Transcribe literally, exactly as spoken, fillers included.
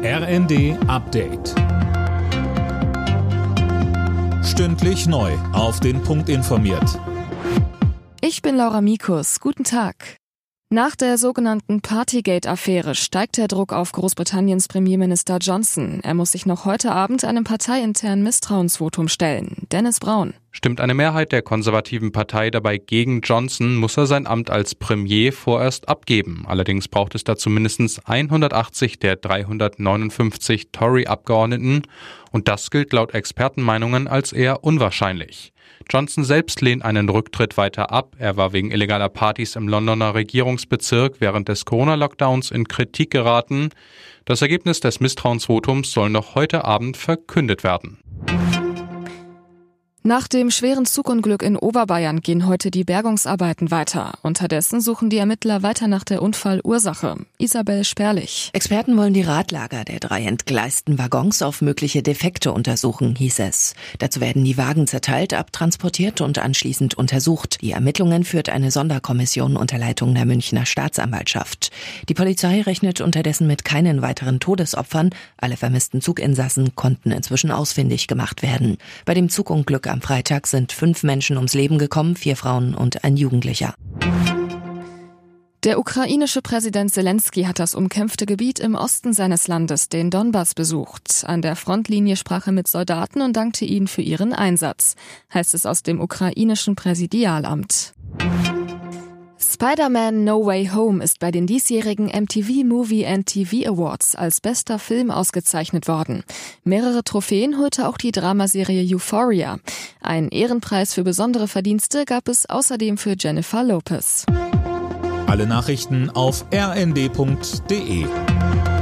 R N D Update. Stündlich neu auf den Punkt informiert. Ich bin Laura Mikus. Guten Tag. Nach der sogenannten Partygate-Affäre steigt der Druck auf Großbritanniens Premierminister Johnson. Er muss sich noch heute Abend einem parteiinternen Misstrauensvotum stellen. Dennis Braun. Stimmt eine Mehrheit der konservativen Partei dabei gegen Johnson, muss er sein Amt als Premier vorerst abgeben. Allerdings braucht es dazu mindestens hundertachtzig der dreihundertneunundfünfzig Tory-Abgeordneten und das gilt laut Expertenmeinungen als eher unwahrscheinlich. Johnson selbst lehnt einen Rücktritt weiter ab. Er war wegen illegaler Partys im Londoner Regierungsbezirk während des Corona-Lockdowns in Kritik geraten. Das Ergebnis des Misstrauensvotums soll noch heute Abend verkündet werden. Nach dem schweren Zugunglück in Oberbayern gehen heute die Bergungsarbeiten weiter. Unterdessen suchen die Ermittler weiter nach der Unfallursache. Isabel Sperlich. Experten wollen die Radlager der drei entgleisten Waggons auf mögliche Defekte untersuchen, hieß es. Dazu werden die Wagen zerteilt, abtransportiert und anschließend untersucht. Die Ermittlungen führt eine Sonderkommission unter Leitung der Münchner Staatsanwaltschaft. Die Polizei rechnet unterdessen mit keinen weiteren Todesopfern. Alle vermissten Zuginsassen konnten inzwischen ausfindig gemacht werden. Bei dem Zugunglück am Freitag sind fünf Menschen ums Leben gekommen, vier Frauen und ein Jugendlicher. Der ukrainische Präsident Zelensky hat das umkämpfte Gebiet im Osten seines Landes, den Donbass, besucht. An der Frontlinie sprach er mit Soldaten und dankte ihnen für ihren Einsatz, heißt es aus dem ukrainischen Präsidialamt. Spider-Man No Way Home ist bei den diesjährigen M T V Movie and T V Awards als bester Film ausgezeichnet worden. Mehrere Trophäen holte auch die Dramaserie Euphoria. Einen Ehrenpreis für besondere Verdienste gab es außerdem für Jennifer Lopez. Alle Nachrichten auf r n d punkt d e.